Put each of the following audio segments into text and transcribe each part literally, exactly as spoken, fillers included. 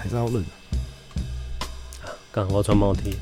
是要论。 刚好我穿帽 T。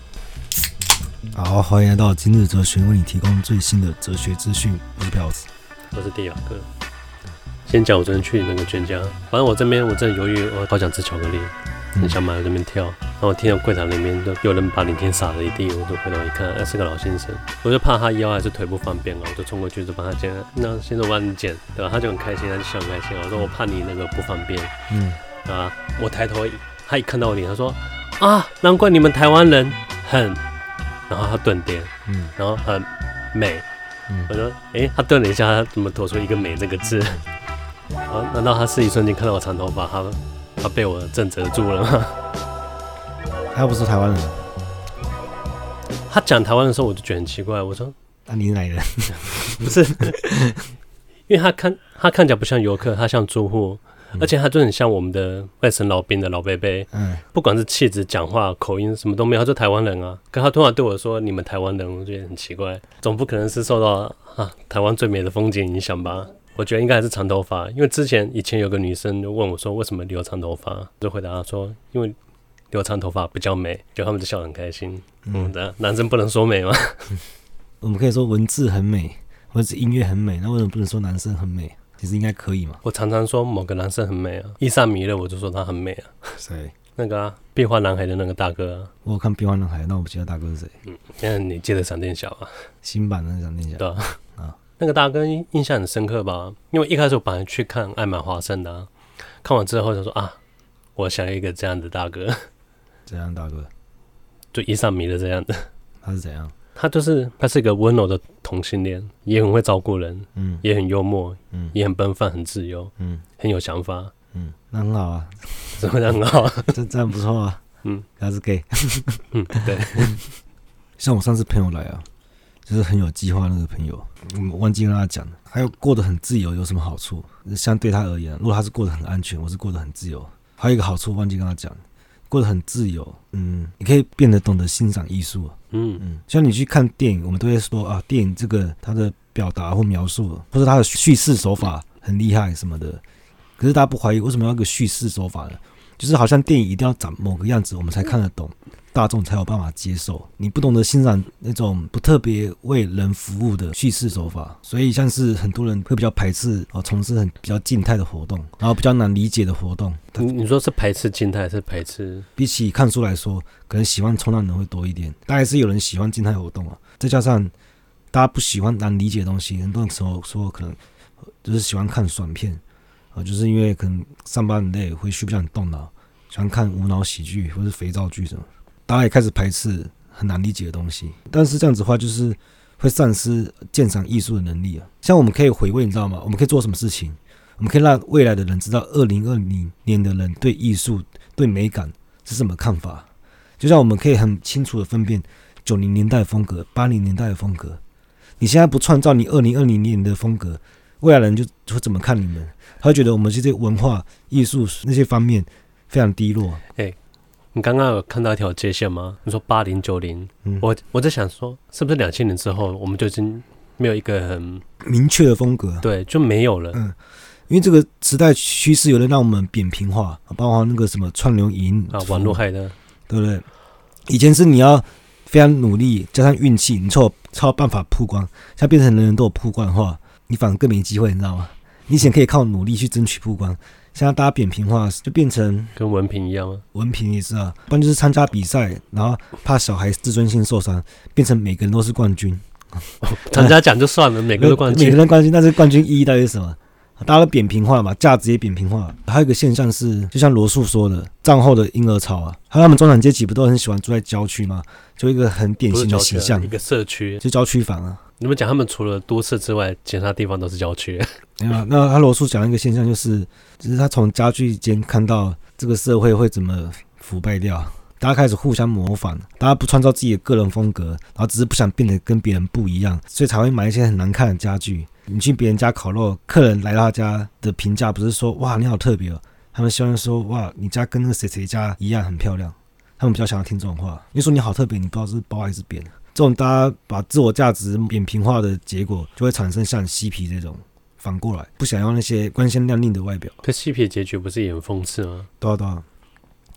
好，欢迎来到今日哲学，为你提供最新的哲学资讯。我是朴子， 我是迪亚哥。先讲我昨天去那个全家，反正我这边我真的犹豫，我好想吃巧克力，很想买，我这边跳。然后我听到柜台里面就有人把零钱撒了一地，我就回头一看，哎、是个老先生。我就怕他腰还是腿不方便啊，我就冲过去就帮他捡。那先生我帮你捡，对吧？他就很开心，他就笑很开心。我说我怕你那个不方便，嗯啊，我抬头，他一看到我脸，他说啊，难怪你们台湾人很，然后他顿点，嗯，然后很美，嗯，我说，哎、欸，他顿了一下，他怎么吐出一个美这个字？啊，难道他是一瞬间看到我长头发，他他被我震慑住了吗？ 他又不是台湾人。 他讲台湾的时候，我就觉得很奇怪。我说：“ 那、啊、你是哪里人？” 不是，因为他看他看起来不像游客，他像住户，嗯、而且他就很像我们的外省老兵的老伯伯。嗯，不管是气质、讲话、口音，什么都没有，他就台湾人啊。可他突然对我说：“你们台湾人”，我觉得很奇怪。总不可能是受到啊台湾最美的风景影响吧？我觉得应该还是长头发，因为之前以前有个女生就问我说：“为什么留长头发？”我就回答她说：“因为留长头发比较美。”就他们就笑得很开心。嗯，嗯男生不能说美吗？ 我们可以说文字很美，或者是音乐很美，那为什么不能说男生很美？其实应该可以嘛。 我常常说某个男生很美啊，伊莎米勒我就说他很美啊。 谁？ 那个啊，变化男孩的那个大哥啊。 我有看变化男孩，那我不记得大哥是谁。 嗯，现在你记得闪电小啊？ 新版的闪电小。 对啊。啊那个大哥印象很深刻吧？因为一开始我本来去看艾玛华盛的、啊，看完之后就说啊，我想要一个这样的大哥。 怎样大哥？ 就伊莎米勒这样的。 他是怎样？ 他就是他是一个温柔的同性恋，也很会照顾人，嗯，也很幽默，嗯，也很奔放，很自由，嗯，很有想法， 嗯，那很好啊， 怎么很好、啊？ 这这样不错啊，嗯，他是 gay， 嗯，对。 像我上次朋友来啊。就是很有计划那个朋友，我忘记跟他讲了。还有过得很自由有什么好处？相对他而言，如果他是过得很安全，我是过得很自由。还有一个好处忘记跟他讲，过得很自由，嗯，你可以变得懂得欣赏艺术。嗯嗯，像你去看电影，我们都会说啊，电影这个它的表达或描述，或者它的叙事手法很厉害什么的。可是大家不怀疑为什么要有个叙事手法呢？就是好像电影一定要长某个样子，我们才看得懂。大众才有办法接受，你不懂得欣赏那种不特别为人服务的叙事手法，所以像是很多人会比较排斥哦，从事很比较静态的活动，然后比较难理解的活动。 你你说是排斥静态，还是排斥？ 比起看书来说，可能喜欢冲浪的人会多一点，大概是有人喜欢静态活动啊，再加上大家不喜欢难理解的东西，很多时候说可能就是喜欢看爽片啊，就是因为可能上班很累，会需不想动脑，喜欢看无脑喜剧或是肥皂剧什么。大家也开始排斥很难理解的东西，但是这样子的话，就是会丧失鉴赏艺术的能力啊。像我们可以回味，你知道吗？我们可以做什么事情？我们可以让未来的人知道，二零二零年的人对艺术、对美感是什么看法。就像我们可以很清楚的分辨九零年代的风格、八零年代的风格。你现在不创造你二零二零年的风格，未来人就会怎么看你们？他会觉得我们这些文化、艺术那些方面非常低落。 欸你刚刚有看到一条界限吗？你说八零九零，我我在想说，是不是两千年之后，我们就已经没有一个很明确的风格？ 对，就没有了。 嗯，因为这个时代趋势有的让我们扁平化，包括那个什么串流影啊，网络害的， 对不对？以前是你要非常努力，加上运气，你才有才有办法曝光。现在变成人人都有曝光的话，你反而更没机会，你知道吗？你以前可以靠努力去争取曝光。现在大家扁平化，就变成跟文凭一样吗？ 文凭也是啊，不然就是参加比赛，然后怕小孩自尊心受伤，变成每个人都是冠军。 参加奖就算了，每个人都冠军， 每个人冠军，但是冠军意义到底是什么？大家都扁平化嘛，价值也扁平化。还有一个现象是，就像罗素说的，战后的婴儿潮啊，还有他们中产阶级不都很喜欢住在郊区吗？就一个很典型的形象， 一个社区， 就郊区房啊。 你们讲他们除了都市之外，其他地方都是郊区。 没有，那他罗素讲一个现象，就是就是他从家具间看到这个社会会怎么腐败掉，大家开始互相模仿，大家不创造自己的个人风格，然后只是不想变得跟别人不一样，所以才会买一些很难看的家具。你去别人家烤肉，客人来到他家的评价不是说哇你好特别哦，他们希望说哇你家跟那个谁谁家一样很漂亮，他们比较想要听这种话。你说你好特别，你不知道是包还是扁。这种大家把自我价值扁平化的结果，就会产生像嬉皮这种反过来不想要那些光鲜亮丽的外表。 可嬉皮的结局不是也很讽刺吗？ 对啊对啊，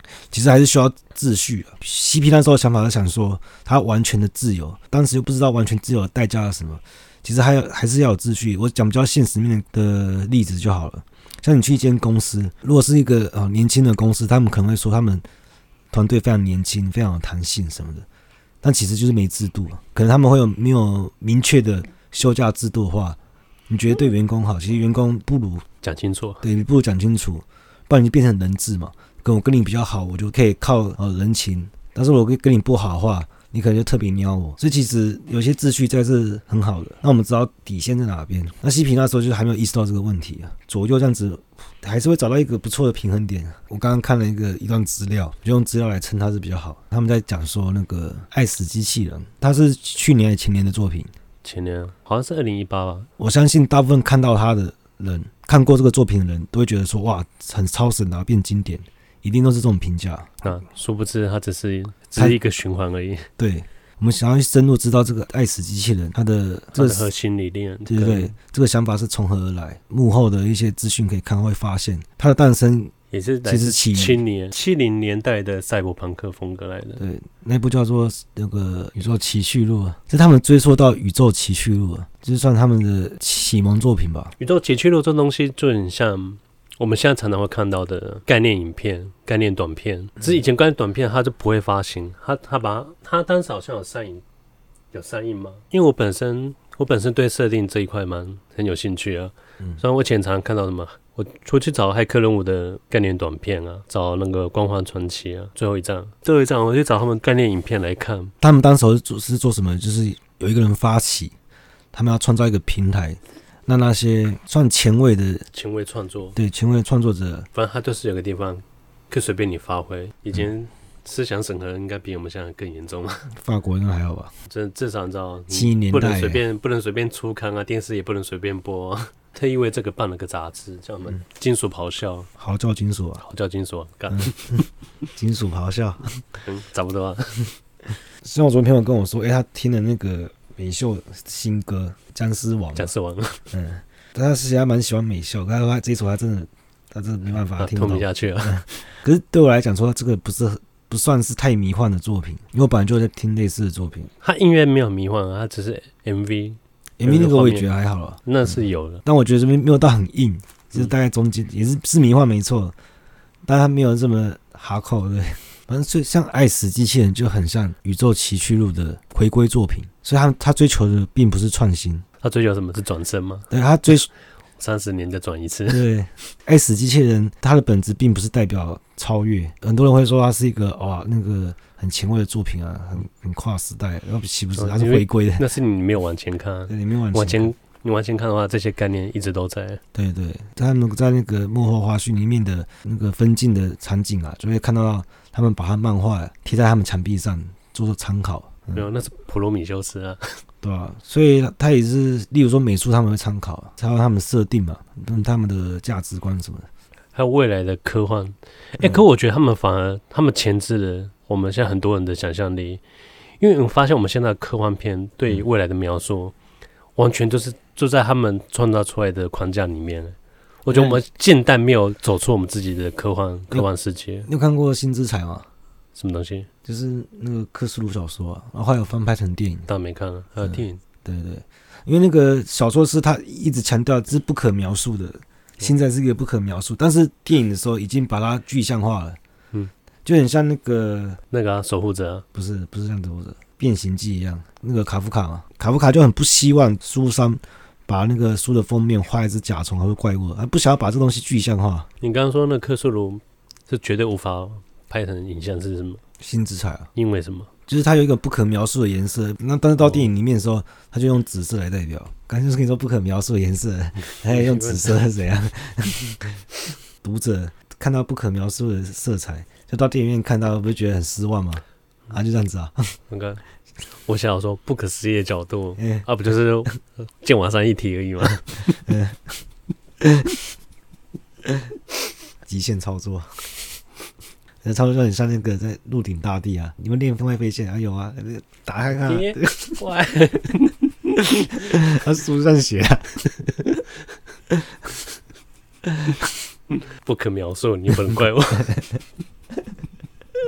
其实还是需要秩序啊。C P 那时候想法是想说，他完全的自由，当时又不知道完全自由的代价是什么。其实还有还是要有秩序。我讲比较现实面的例子就好了。像你去一间公司，如果是一个、呃、年轻的公司，他们可能会说他们团队非常年轻，非常有弹性什么的，但其实就是没制度。可能他们会有没有明确的休假制度的话，你觉得对员工好，其实员工不如讲清楚， 对，你不如讲清楚，不然你就变成人质嘛。跟我跟你比较好，我就可以靠呃人情，但是我跟你不好的话，你可能就特别撩我。所以其实有些秩序在是很好的，那我们知道底线在哪边。那西皮那时候就还没有意识到这个问题啊，左右这样子还是会找到一个不错的平衡点。我刚刚看了一个一段资料，就用资料来称它是比较好。他们在讲说那个《爱死机器人》，它是去年还是前年的作品？ 前年好像是二零一八吧。 我相信大部分看到它的人，看过这个作品的人都会觉得说哇，很超神啊，变经典。一定都是这种评价。 那殊不知它只是只是一个循环而已。 对，我们想要去深入知道这个爱死机器人它的这个核心理念， 对对对，这个想法是从何而来？幕后的一些资讯可以看，会发现它的诞生也是来自七年七零年代的赛博朋克风格来的。 对，那部叫做那个宇宙奇趣录啊，是他们追溯到宇宙奇趣录啊，就是算他们的启蒙作品吧。 宇宙奇趣录这东西就很像我们现在常常会看到的概念影片、概念短片，只是以前概念短片它就不会发行，它它把它当时好像有上映，有上映吗？因为我本身我本身对设定这一块蛮很有兴趣啊，嗯、虽然我以前常常看到什么，我出去找骇客任务的概念短片啊，找那个光环传奇啊，最后一站，最后一站我去找他们概念影片来看。 他们当时是做什么？就是有一个人发起，他们要创造一个平台。那那些算前卫的前卫创作， 对前卫创作者， 反正他就是有个地方可以随便你发挥。以前思想审核应该比我们现在更严重。 法国应该还好吧？ 至至少你知道， 七年代不能随便不能随便出刊啊，电视也不能随便播、啊。特意为这个办了个杂志，叫什么、嗯、金属咆哮， 嚎叫金属啊， 嚎叫金属啊，干、 嗯、金属咆哮， 嗯，差不多啊。 像我昨天朋友跟我说，哎、欸，他听了那个美秀新歌《僵尸王》， 僵尸王， 嗯，他其实还蛮喜欢美秀，他说他这一首他真的，他真的没办法听不懂， 听不下去了、 嗯。可是对我来讲说，这个不是不算是太迷幻的作品，因为我本来就在听类似的作品。 他音乐没有迷幻啊，他只是 M V。M V 那个我也觉得还好了， 那是有的、嗯， 但我觉得这边没有到很硬，就是大概中间、嗯、也是是迷幻没错，但它没有这么哈扣，对。反正像《爱死机器人》就很像《宇宙奇趣录》的回归作品，所以他他追求的并不是创新， 他追求什么是转身吗？ 对，他追三十年再转一次。 对，《爱死机器人》它的本质并不是代表超越，很多人会说它是一个哇那个很前卫的作品啊，很很跨时代，然后岂不是它是回归的？ 那是你没有往前看、啊， 对，你没有往前看。 往前你往前看的话，这些概念一直都在。 对对，他们在那个幕后花絮里面的那个分镜的场景啊，就会看到他们把他漫画贴在他们墙壁上做做参考。 嗯、没有，那是普罗米修斯啊， 对啊，所以他也是，例如说美术他们会参考，参考他们设定嘛，他们的价值观什么的， 还有未来的科幻。哎、欸，可我觉得他们反而他们钳制了我们现在很多人的想象力，因为我发现我们现在的科幻片对未来的描述，完全就是就在他们创造出来的框架里面。我觉得我们近代没有走出我们自己的科幻科幻世界。 你有看过《新之彩》吗？ 什么东西？ 就是那个克苏鲁小说啊，然后还有翻拍成电影。 当然没看了，还有电影、 嗯。对对，因为那个小说是他一直强调这是不可描述的，现在是一个不可描述，但是电影的时候已经把它具象化了。嗯，就很像那个那个、啊、守护者、啊， 不是不是像守护者，变形记一样。那个卡夫卡嘛，卡夫卡就很不希望书商把那个书的封面画一只甲虫或者怪物，他不想要把这东西具象化。 你刚刚说那克苏鲁是绝对无法拍成影像是什么？ 新之彩啊？ 因为什么？ 就是它有一个不可描述的颜色，那但是到电影里面的时候，他就用紫色来代表。刚才就是跟你说不可描述的颜色，还用紫色是怎样？读者看到不可描述的色彩，就到电影院看到，不会觉得很失望吗？啊，就这样子啊。 那个，我想说不可思议的角度，欸、啊，不就是剑瓦山一体而已吗？ 极限操作。那差不多很像那个在鹿鼎大帝啊，你们练分外飞线啊有啊，打开看、啊， 哇， 他书上写啊， 不可描述，你不能怪我。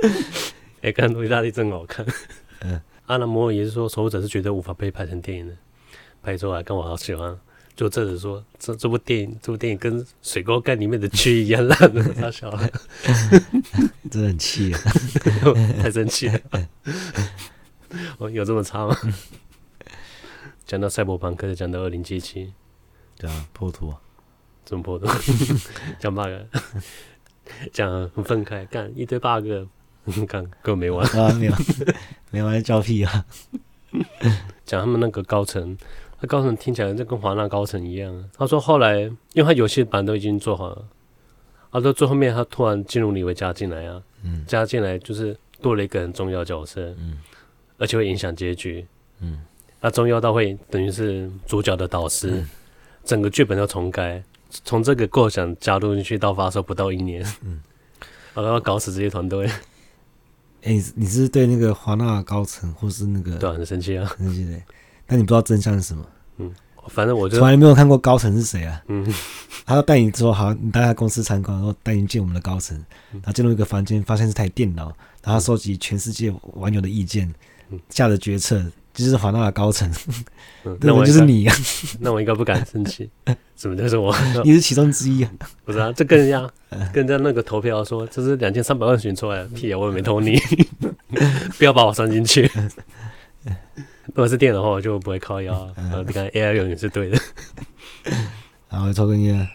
哎、欸，看《意大利》真好看。 嗯， 阿兰摩尔也是说，《守护者》是绝对无法被拍成电影的，拍出来跟我好喜欢。就这者说，这这部电影，这部电影跟《水沟盖》里面的蛆一样烂的，太小了， 真的很气啊！ 太生气了。哦，有这么差吗？讲到赛博朋克，讲到二零七七， 对啊，破土啊， 怎么破土？讲 bug， 讲很愤慨，干一堆 bug， 干根本没完啊，没有，没完叫屁啊！ 讲他们那个高层。他高层听起来就跟华纳高层一样。他说后来，因为他游戏版都已经做好了，他说最后面他突然进入李维加进来啊，嗯、加进来就是多了一个很重要的角色，嗯、而且会影响结局。嗯，那重要到会等于是主角的导师，嗯、整个剧本要重改，从这个构想加入进去到发售不到一年，嗯，然后要搞死这些团队。 哎、欸，你你是对那个华纳高层或是那个对、啊、很生气啊， 很生气的。但你不知道真相是什么？ 嗯，反正我就从来没有看过高层是谁啊。嗯，他要带你说好，你带他公司参观，然后带你进我们的高层，然后进入一个房间，发现是台电脑，然后他收集全世界网友的意见，嗯、下的决策就是华纳的高层。嗯，那我就是你啊。 那我应该不敢生气，怎么就是我？ 你是其中之一啊。 不是啊，这跟人家跟人家那个投票说，这是两千三百万选出来的，屁啊，我也没投你，不要把我算进去。如果是电脑的话，我就不会靠腰啊。然后你看 A I 永远是对的。 好，我抽根烟。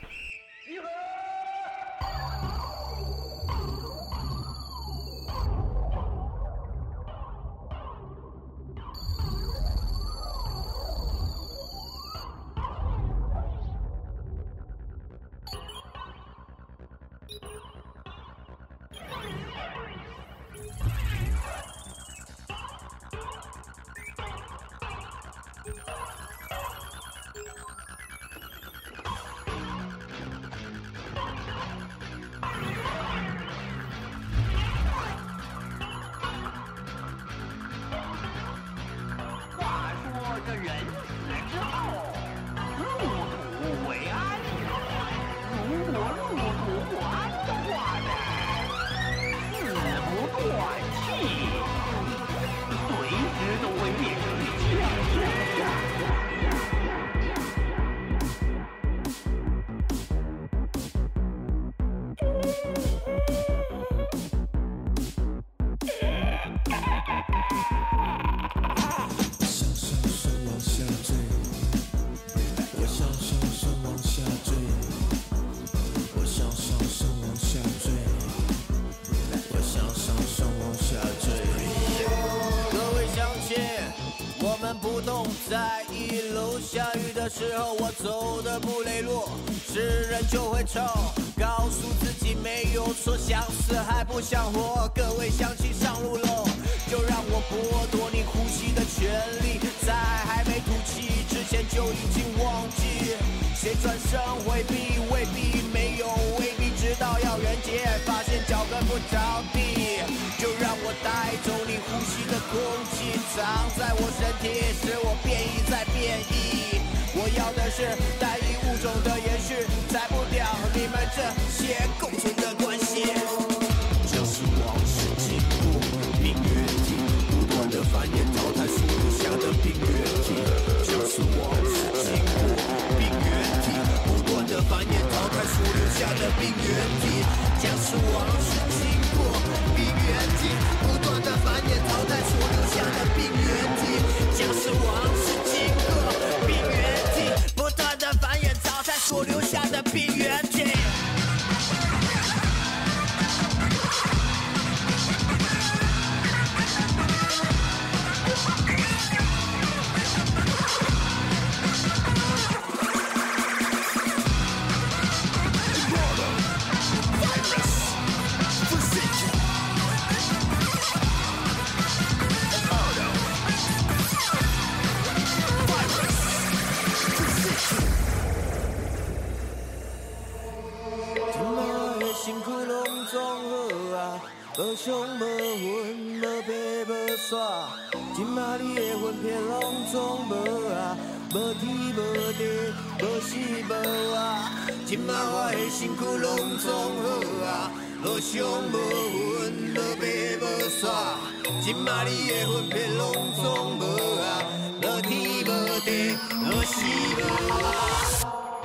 在一路下雨的时候，我走的不磊落，是人就会臭，告诉自己没有错，想死还不想活。各位乡亲上路喽，就让我剥夺你呼吸的权利，在还没吐气之前就已经忘记，谁转身回避，未必没有未必知道要人杰，发现脚跟不着地，就让我带走你呼吸的空气，藏在我身体，使我变异再变异。我要的是单一物种的延续，宰不掉你们这些共存的关系。将死亡是进步，病原体不断的繁衍淘汰所留下的病原体。将死亡是进步，病原体不断的繁衍淘汰所留下的病原体。将死亡是经过，病原体不断的繁衍淘汰所留下的病原体。将死亡是经过，病原体不断的繁衍淘汰所留下的病原体。无想无魂，无白无煞，今仔日的魂片拢总无啊，无天无地，无死无活。今仔我的身躯拢总好啊， 无上无分，无白无煞，今嘛你的分别拢总无啊，无天无地，无时无啊。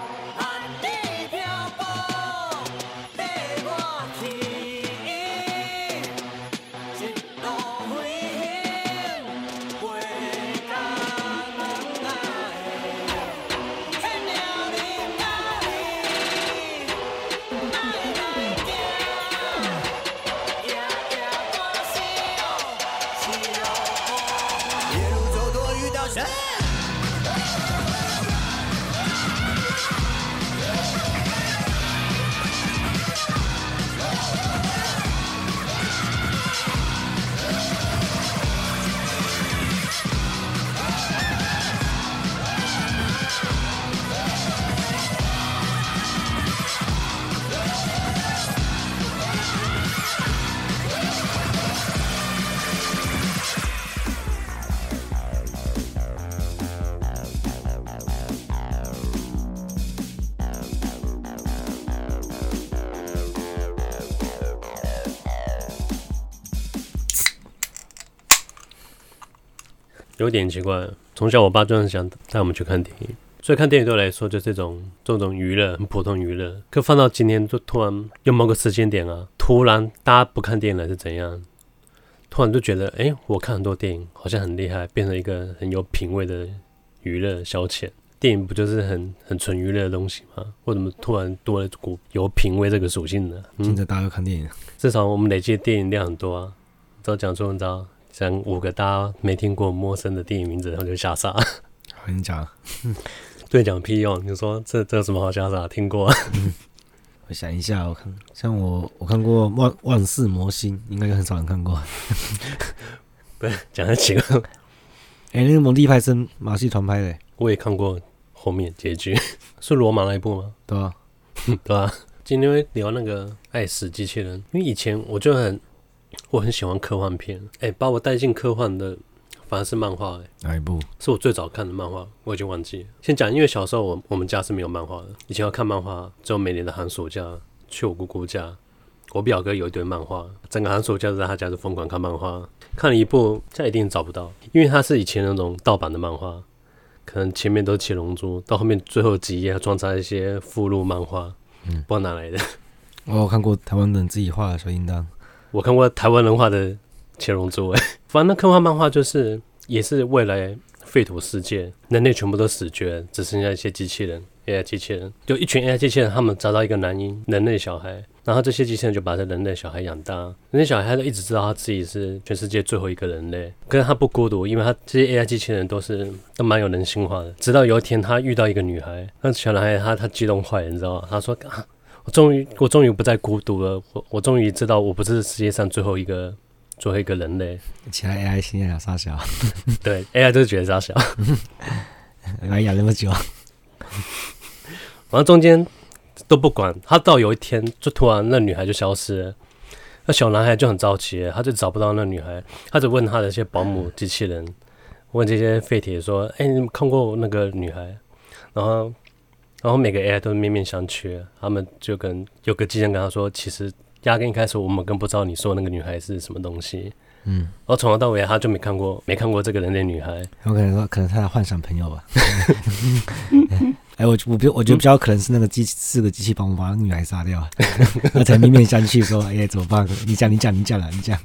有点奇怪，从小我爸就很想带我们去看电影，所以看电影对我来说就这种这种娱乐，很普通娱乐。可放到今天，就突然有某个时间点啊，突然大家不看电影了是怎样？突然就觉得，哎、欸，我看很多电影好像很厉害，变成一个很有品味的娱乐消遣。电影不就是很很纯娱乐的东西吗？为什么突然多了股有品味这个属性呢？ 嗯、现在大家都看电影， 至少我们累积的电影量很多啊。知道讲说，你知道？讲五个大家没听过陌生的电影名字，他们就吓傻。 我跟你讲， 对讲屁用？你说这这有什么好吓傻？听过、啊嗯？我想一下，我看像我我看过《万万世魔星》，应该很少人看过。 不是讲得起个？ 哎、欸，那个蒙蒂派森马戏团拍的， 我也看过后面结局，是罗马那一部吗？ 对啊， 对啊。今天会聊那个《爱死机器人》，因为以前我就很。我很喜欢科幻片，哎、欸，把我带进科幻的反而是漫画、欸， 哪一部？ 是我最早看的漫画，我已经忘记了。先讲，因为小时候我我们家是没有漫画的，以前要看漫画，只有每年的寒暑假去我姑姑家，我表哥有一堆漫画，整个寒暑假都在他家就疯狂看漫画，看了一部，现在一定找不到，因为它是以前那种盗版的漫画，可能前面都是七龙珠，到后面最后几页装插一些附录漫画，嗯，不知道哪来的。 我有看过台湾人自己画的小叮当。我看过台湾人画的七龙珠，哎，反正那科幻漫画就是也是未来废土世界，人类全部都死绝，只剩下一些机器人 ，A I 机器人，就一群 A I 机器人，他们找到一个男婴人类小孩，然后这些机器人就把这人类小孩养大，人类小孩他就一直知道他自己是全世界最后一个人类，可是他不孤独，因为他这些 A I 机器人都是都蛮有人性化的。直到有一天他遇到一个女孩，那小男孩他他激动坏了，你知道吗？他说啊。我终于，我终于不再孤独了。我，我终于知道，我不是世界上最后一个，最后一个人类。 其他 A I 心想傻小， 对 A I 就是觉得傻小， 来养那么久， 然后中间都不管，他到有一天就突然那女孩就消失了，那小男孩就很着急，他就找不到那女孩，他就问他的一些保姆机器人，问这些废铁说：“哎、欸，你们看过那个女孩？”然后。然后每个 A I 都是面面相觑，他们就跟有个机器人跟他说，其实压根一开始我们更不知道你说的那个女孩是什么东西。嗯，然后从头到尾他就没看过，没看过这个人类女孩。 有可能说，可能他的幻想朋友吧。哎、欸，我我我觉得比较可能是那个机四个机器帮我把那个女孩杀掉，他才面面相觑说，哎、欸，怎么办？你讲，你讲，你讲了，你讲。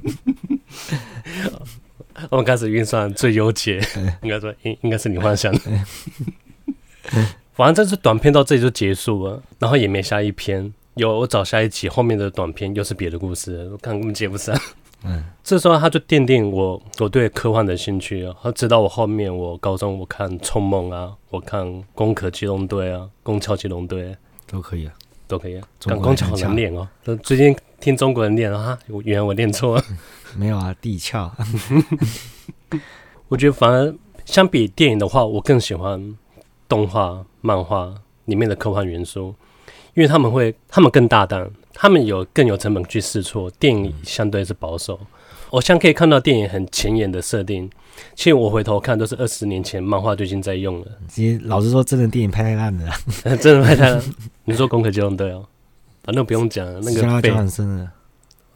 我们开始运算最优解，应该说应应该是你幻想的。反正这次短片到这里就结束了，然后也没下一篇。有我找下一集，后面的短片又是别的故事，我看根本接不上。嗯，这时候他就奠定我我对科幻的兴趣啊。他知道我后面我高中我看《冲梦》啊，我看《攻壳机动队》啊，《攻壳机动队》 都可以啊， 都可以啊。讲攻壳好难练哦，最近听中国人练啊，原来我练错了。 没有啊，地壳。 我觉得反而相比电影的话，我更喜欢动画、漫画里面的科幻元素，因为他们会，他们更大胆，他们有更有成本去试错。电影相对是保守，我像可以看到电影很前沿的设定，其实我回头看都是二十年前漫画就已经在用了。 其实老实说，真的电影拍太烂了， 真的拍太烂。你说《攻壳机动队》哦，反正不用讲，那个贝很深了。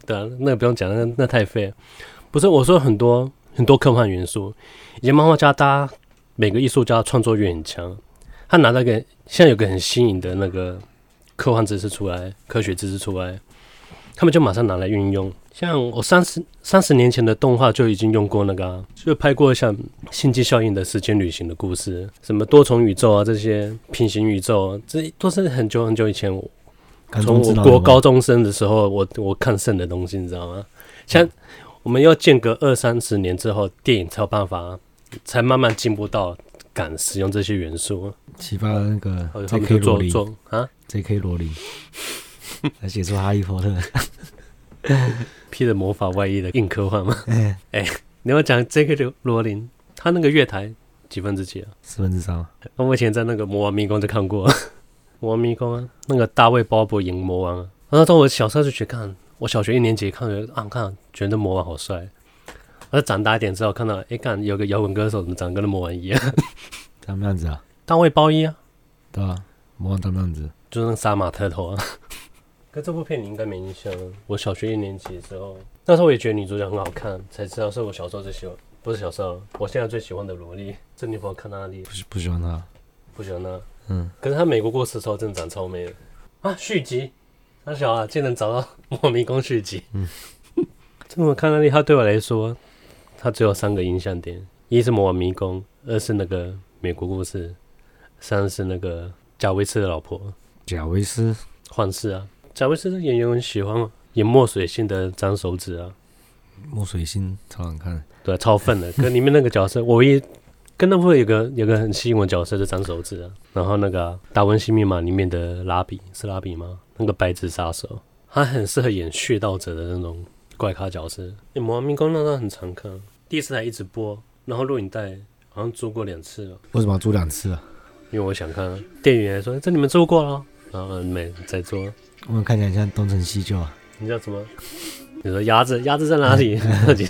对啊，那个不用讲，那那太废了。不是我说很多很多科幻元素，以前漫画家大家每个艺术家创作欲很强，他拿那个现在有个很新颖的那个科幻知识出来，科学知识出来，他们就马上拿来运用。像我三十三十年前的动画就已经用过那个、啊，就拍过像星际效应的时间旅行的故事，什么多重宇宙啊，这些平行宇宙、啊，这都是很久很久以前我从我国高中生的时候我我看剩的东西，你知道吗？像我们要间隔二三十年之后，电影才有办法，才慢慢进步到敢使用这些元素， 启发了那个 J K 罗琳啊 ，J K 罗琳来写出哈利波特。 披着魔法外衣的硬科幻吗？哎、欸，你要讲 J K 罗琳，他那个月台几分之几啊？ 四分之三。 我以前在那个魔王迷宫就看过，魔王迷宫啊，那个大卫鲍勃演魔王啊。然后到我小时候就去看，我小学一年级看，啊看，觉得魔王好帅。而长大一点之后看到，哎、欸，看有个摇滚歌手怎么长得跟那魔王一样？ 长那样子啊？ 大卫鲍伊啊？ 对啊，魔王长那样子， 就是那个杀马特头啊。可这部片你应该没印象了。我小学一年级的时候，那时候我也觉得女主角很好看，才知道是我小时候最喜欢，不是小时候，我现在最喜欢的萝莉。珍妮佛·康纳利， 不不喜欢她， 不喜欢她。 嗯， 可是她美国过世的时候真的长超美的啊！续集，他小啊，竟然找到魔王迷宫续集。嗯，珍妮佛·康纳利，她对我来说，她只有三个印象点：一是魔王迷宫，二是那个美国故事，三是那个贾维斯的老婆。 贾维斯， 幻视啊。贾维斯的演员很喜欢演墨水信的张手指啊， 墨水信超好看， 对、啊，超愤的。跟里面那个角色，我唯一跟那部有个有个很吸引我的角色是张手指啊。然后那个、啊《达文西密码》里面的拉比是拉比吗？那个白纸杀手，他很适合演血道者的那种怪咖角色。欸、魔王迷宫那时候很常看，第一次还一直播，然后录影带好像租过两次了。 为什么要租两次啊？ 因为我想看，店员说这你们租过了，然后没再做。 我们看起来像东成西就啊。 你叫什么？你说鸭子，鸭子在哪里？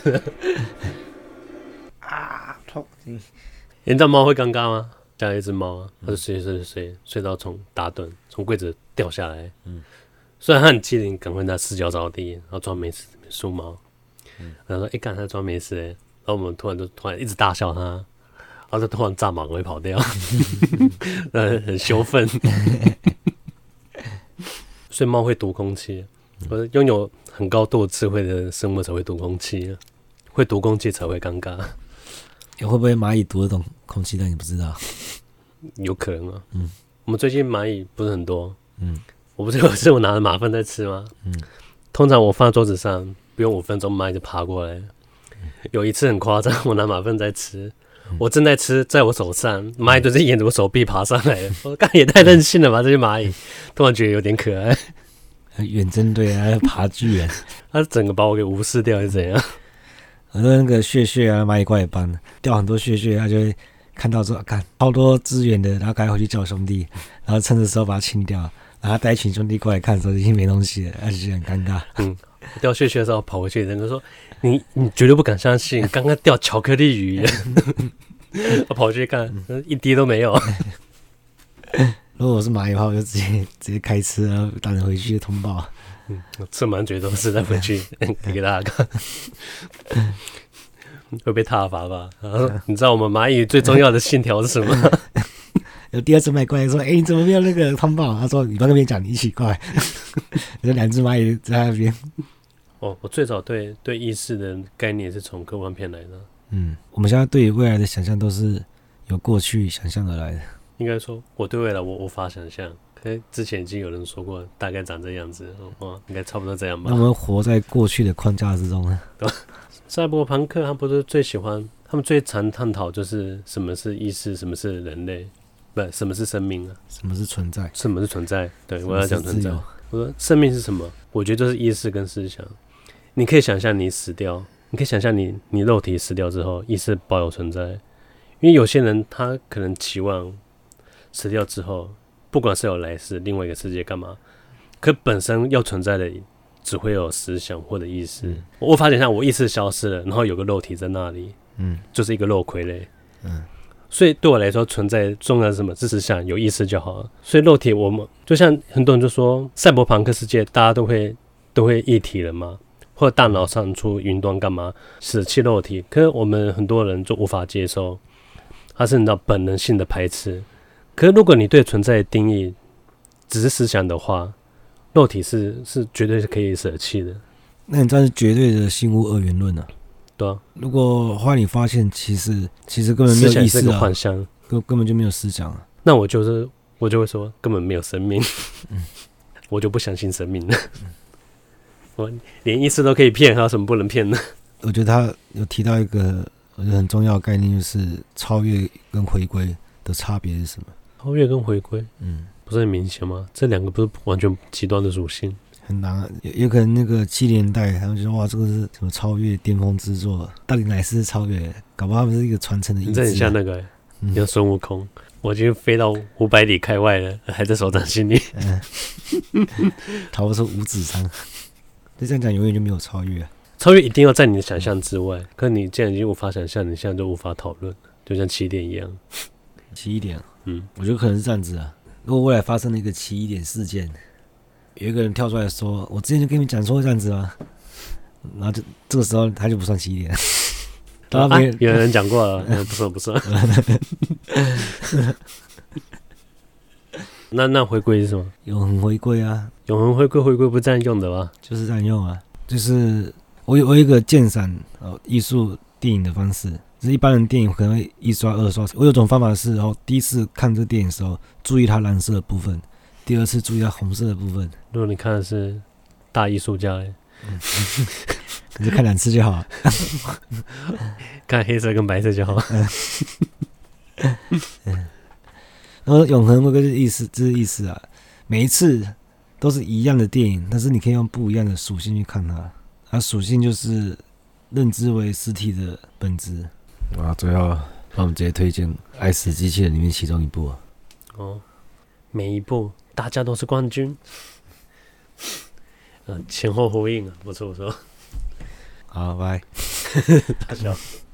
啊，痛！ 你知道猫会尴尬吗？家里一只猫啊，它就睡睡睡睡到从打盹，从柜子掉下来。嗯，虽然它很机灵，赶快它四脚着地，然后装没事，梳毛。嗯，然后说：“哎、欸，干，它装没事。”然后我们突然就突然一直大笑它，然后就突然炸马会跑掉，呃，很羞愤。所以猫会读空气，或者拥有很高度智慧的生物才会读空气，会读空气才会尴尬。 欸、会不会蚂蚁读得懂空气，但你不知道？ 有可能啊。 嗯， 我们最近蚂蚁不是很多。 嗯， 我不是有是我拿着马粪在吃吗？嗯，通常我放在桌子上，不用五分钟，蚂蚁就爬过来。嗯、有一次很夸张，我拿马粪在吃。我正在吃，在我手上，蚂蚁就是沿着我手臂爬上来了。我干也太任性了吧！这些蚂蚁，突然觉得有点可爱。 远征队啊，爬巨人， 它整个把我给无视掉，是怎样？ 很多那个血血啊，蚂蚁怪也搬掉很多血血，他就会看到说，看超多资源的，然后赶快回去叫兄弟，然后趁着时候把它清掉，然后带一群兄弟过来看的时候，已经没东西了，而且很尴尬。嗯， 掉血血的时候跑回去，人家说。你你绝对不敢相信，刚刚掉巧克力鱼，我跑去看，一滴都没有。 如果我是蚂蚁的话，我就直接直接开车，然后打人回去通报。 嗯，吃满嘴都是再回去给大家看，会被挞伐吧？然后你知道我们蚂蚁最重要的信条是什么？ 有第二只蚂蚁过来说：“哎、欸，你怎么没有那个通报？”他说：“你不要跟别人讲，你一起过来。”有两只蚂蚁在那边。 哦，我最早对对意识的概念是从科幻片来的。 嗯，我们现在对于未来的想象都是由过去想象而来的。 应该说，我对未来我无法想象。可是之前已经有人说过，大概长这样子，哦，应该差不多这样吧。 那我们活在过去的框架之中呢？ 对吧？赛博朋克他不是最喜欢，他们最常探讨就是什么是意识，什么是人类，不，什么是生命啊？ 什么是存在？ 什么是存在？对，我要讲存在。我说生命是什么？我觉得就是意识跟思想。你可以想象你死掉，你可以想象你你肉体死掉之后，意识保有存在。因为有些人他可能期望死掉之后，不管是有来世，另外一个世界干嘛，可本身要存在的只会有思想或者意识。嗯、我发现像我意识消失了，然后有个肉体在那里，嗯，就是一个肉傀儡，嗯。所以对我来说，存在重要是什么？是思想，有意识就好了。所以肉体，我们就像很多人就说，赛博朋克世界大家都会都会一体了嘛。 或者大脑上出云端干嘛，舍弃肉体。可是我们很多人就无法接受，它是你知道本能性的排斥。可是如果你对存在的定义只是思想的话，肉体是是绝对是可以舍弃的。 那你这是绝对的心无二元论啊！ 对啊， 如果后来你发现其实其实根本没有意识啊， 思想是个幻象， 根根本就没有思想啊， 那我就是我就会说根本没有生命，嗯、我就不相信生命了。嗯、我连意识都可以骗，还有什么不能骗呢？ 我觉得他有提到一个我觉得很重要的概念，就是超越跟回归的差别是什么？ 超越跟回归， 嗯， 不是很明显吗？这两个不是完全极端的属性。 很难啊，有有可能那个七年代他们就说哇，这个是什么超越巅峰之作，到底哪是超越？搞不好他们是一个传承的意志、啊。 你这很像那个、欸，嗯、像孙悟空，我已经飞到五百里开外了，还在手掌心里， 嗯、逃不出五指山。就这样讲，永远就没有超越、啊。 超越一定要在你的想象之外，可你既然已经无法想象，你现在就无法讨论，就像起点一样。 起点， 嗯， 我觉得可能是这样子啊。如果未来发生了一个起点事件。有一个人跳出来说：“我之前就跟你们讲说这样子吗？”然后就这个时候他就不算起点。 啊啊、有人讲过了，嗯、不算不算。那那回归是什么？ 永恒回归啊！ 永恒回归，回归不是这样用的吗？ 就是这样用啊！就是我有我有一个鉴赏哦艺术电影的方式，就是一般人电影可能会一刷二刷。我有种方法是，然后第一次看这个电影的时候，注意它蓝色的部分。第二次注意到红色的部分。 如果你看的是大艺术家嘞， 嗯、可是看两次就好了。 看黑色跟白色就好。 嗯嗯、然后永恒回归的意思，这是意思啊。每一次都是一样的电影，但是你可以用不一样的属性去看它。它属性就是认知为实体的本质。啊，最后那我们直接推荐《爱死机器人》里面其中一部啊。 哦，每一部。大家都是冠军，嗯，前后呼应啊，不错不错。 好，拜。 大笑。